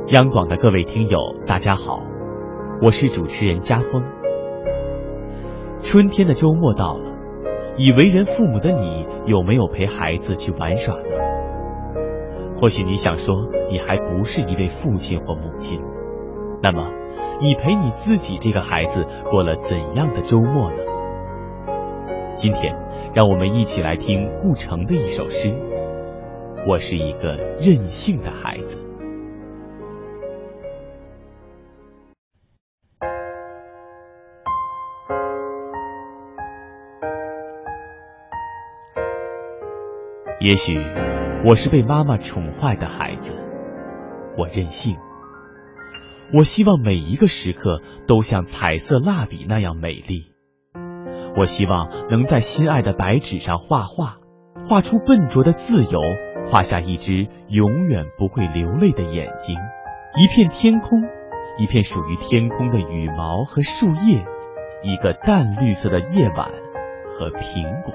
央广的各位听友，大家好，我是主持人家峰。春天的周末到了，已为人父母的你，有没有陪孩子去玩耍呢？或许你想说，你还不是一位父亲或母亲，那么你陪你自己这个孩子过了怎样的周末呢？今天让我们一起来听顾城的一首诗，我是一个任性的孩子。也许我是被妈妈宠坏的孩子，我任性。我希望每一个时刻都像彩色蜡笔那样美丽。我希望能在心爱的白纸上画画，画出笨拙的自由，画下一只永远不会流泪的眼睛，一片天空，一片属于天空的羽毛和树叶，一个淡绿色的夜晚和苹果。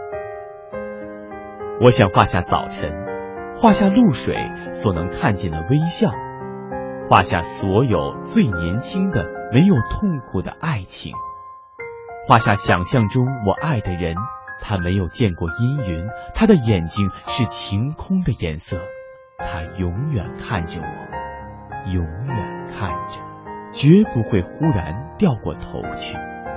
我想画下早晨，画下露水所能看见的微笑，画下所有最年轻的没有痛苦的爱情，画下想象中我爱的人，他没有见过阴云，他的眼睛是晴空的颜色，他永远看着我，永远看着，绝不会忽然掉过头去。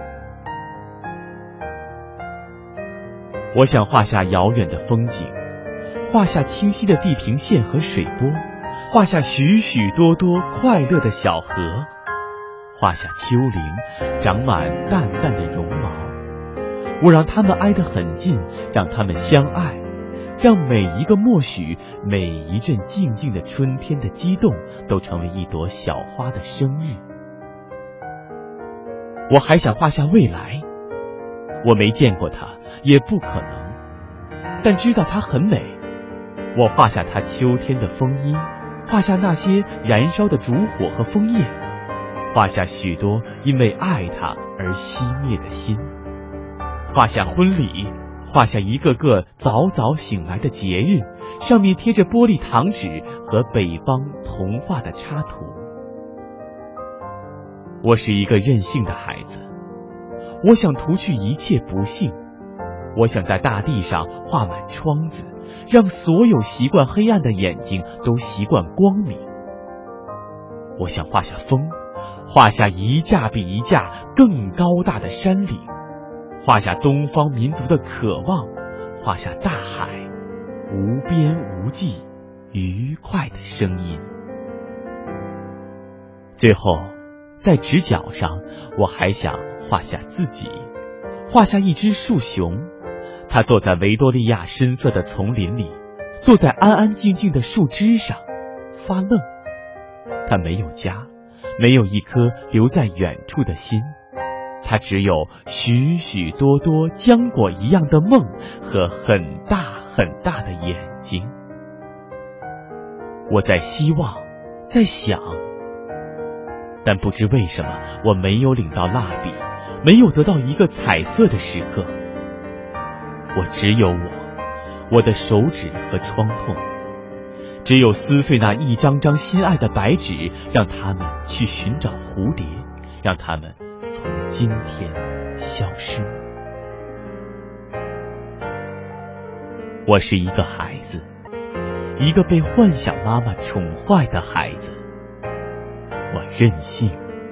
我想画下遥远的风景，画下清晰的地平线和水波，画下许许多多快乐的小河，画下丘陵长满淡淡的绒毛。我让他们挨得很近，让他们相爱，让每一个默许，每一阵静静的春天的激动，都成为一朵小花的生日。我还想画下未来，我没见过它，也不可能，但知道它很美。我画下它秋天的枫荫，画下那些燃烧的烛火和枫叶，画下许多因为爱它而熄灭的心，画下婚礼，画下一个个早早醒来的节日，上面贴着玻璃糖纸和北方童话的插图。我是一个任性的孩子，我想涂去一切不幸，我想在大地上画满窗子，让所有习惯黑暗的眼睛都习惯光明。我想画下风，画下一架比一架更高大的山岭，画下东方民族的渴望，画下大海无边无际愉快的声音。最后在直角上，我还想画下自己，画下一只树熊，它坐在维多利亚深色的丛林里，坐在安安静静的树枝上发愣。它没有家，没有一颗留在远处的心，它只有许许多多浆果一样的梦和很大很大的眼睛。我在希望，在想，但不知为什么我没有领到蜡笔，没有得到一个彩色的时刻。我只有我的手指和创痛，只有撕碎那一张张心爱的白纸，让他们去寻找蝴蝶，让他们从今天消失。我是一个孩子，一个被幻想妈妈宠坏的孩子，我任性。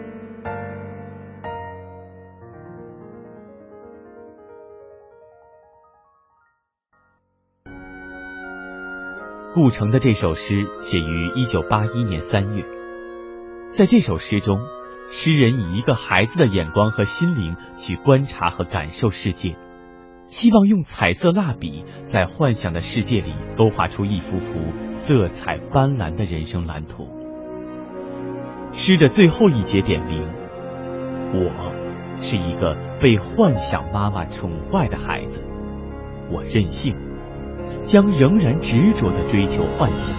顾城的这首诗写于1981年3月。在这首诗中，诗人以一个孩子的眼光和心灵去观察和感受世界，希望用彩色蜡笔在幻想的世界里勾画出一幅幅色彩斑斓的人生蓝图。诗的最后一节点明，我是一个被幻想妈妈宠坏的孩子，我任性，将仍然执着地追求幻想。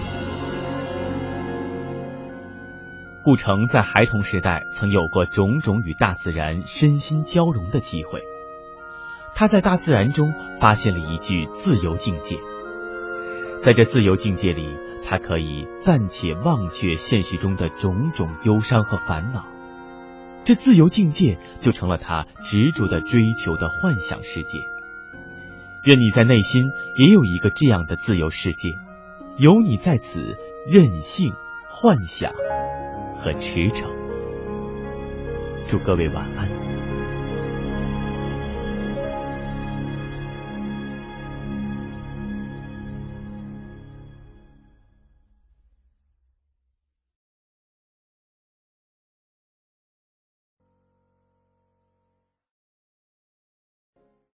顾城在孩童时代曾有过种种与大自然身心交融的机会，他在大自然中发现了一具自由境界，在这自由境界里， 他可以暂且忘却现实中的种种忧伤和烦恼，这自由境界就成了他执着的追求的幻想世界。愿你在内心也有一个这样的自由世界，有你在此任性、幻想和驰骋。祝各位晚安。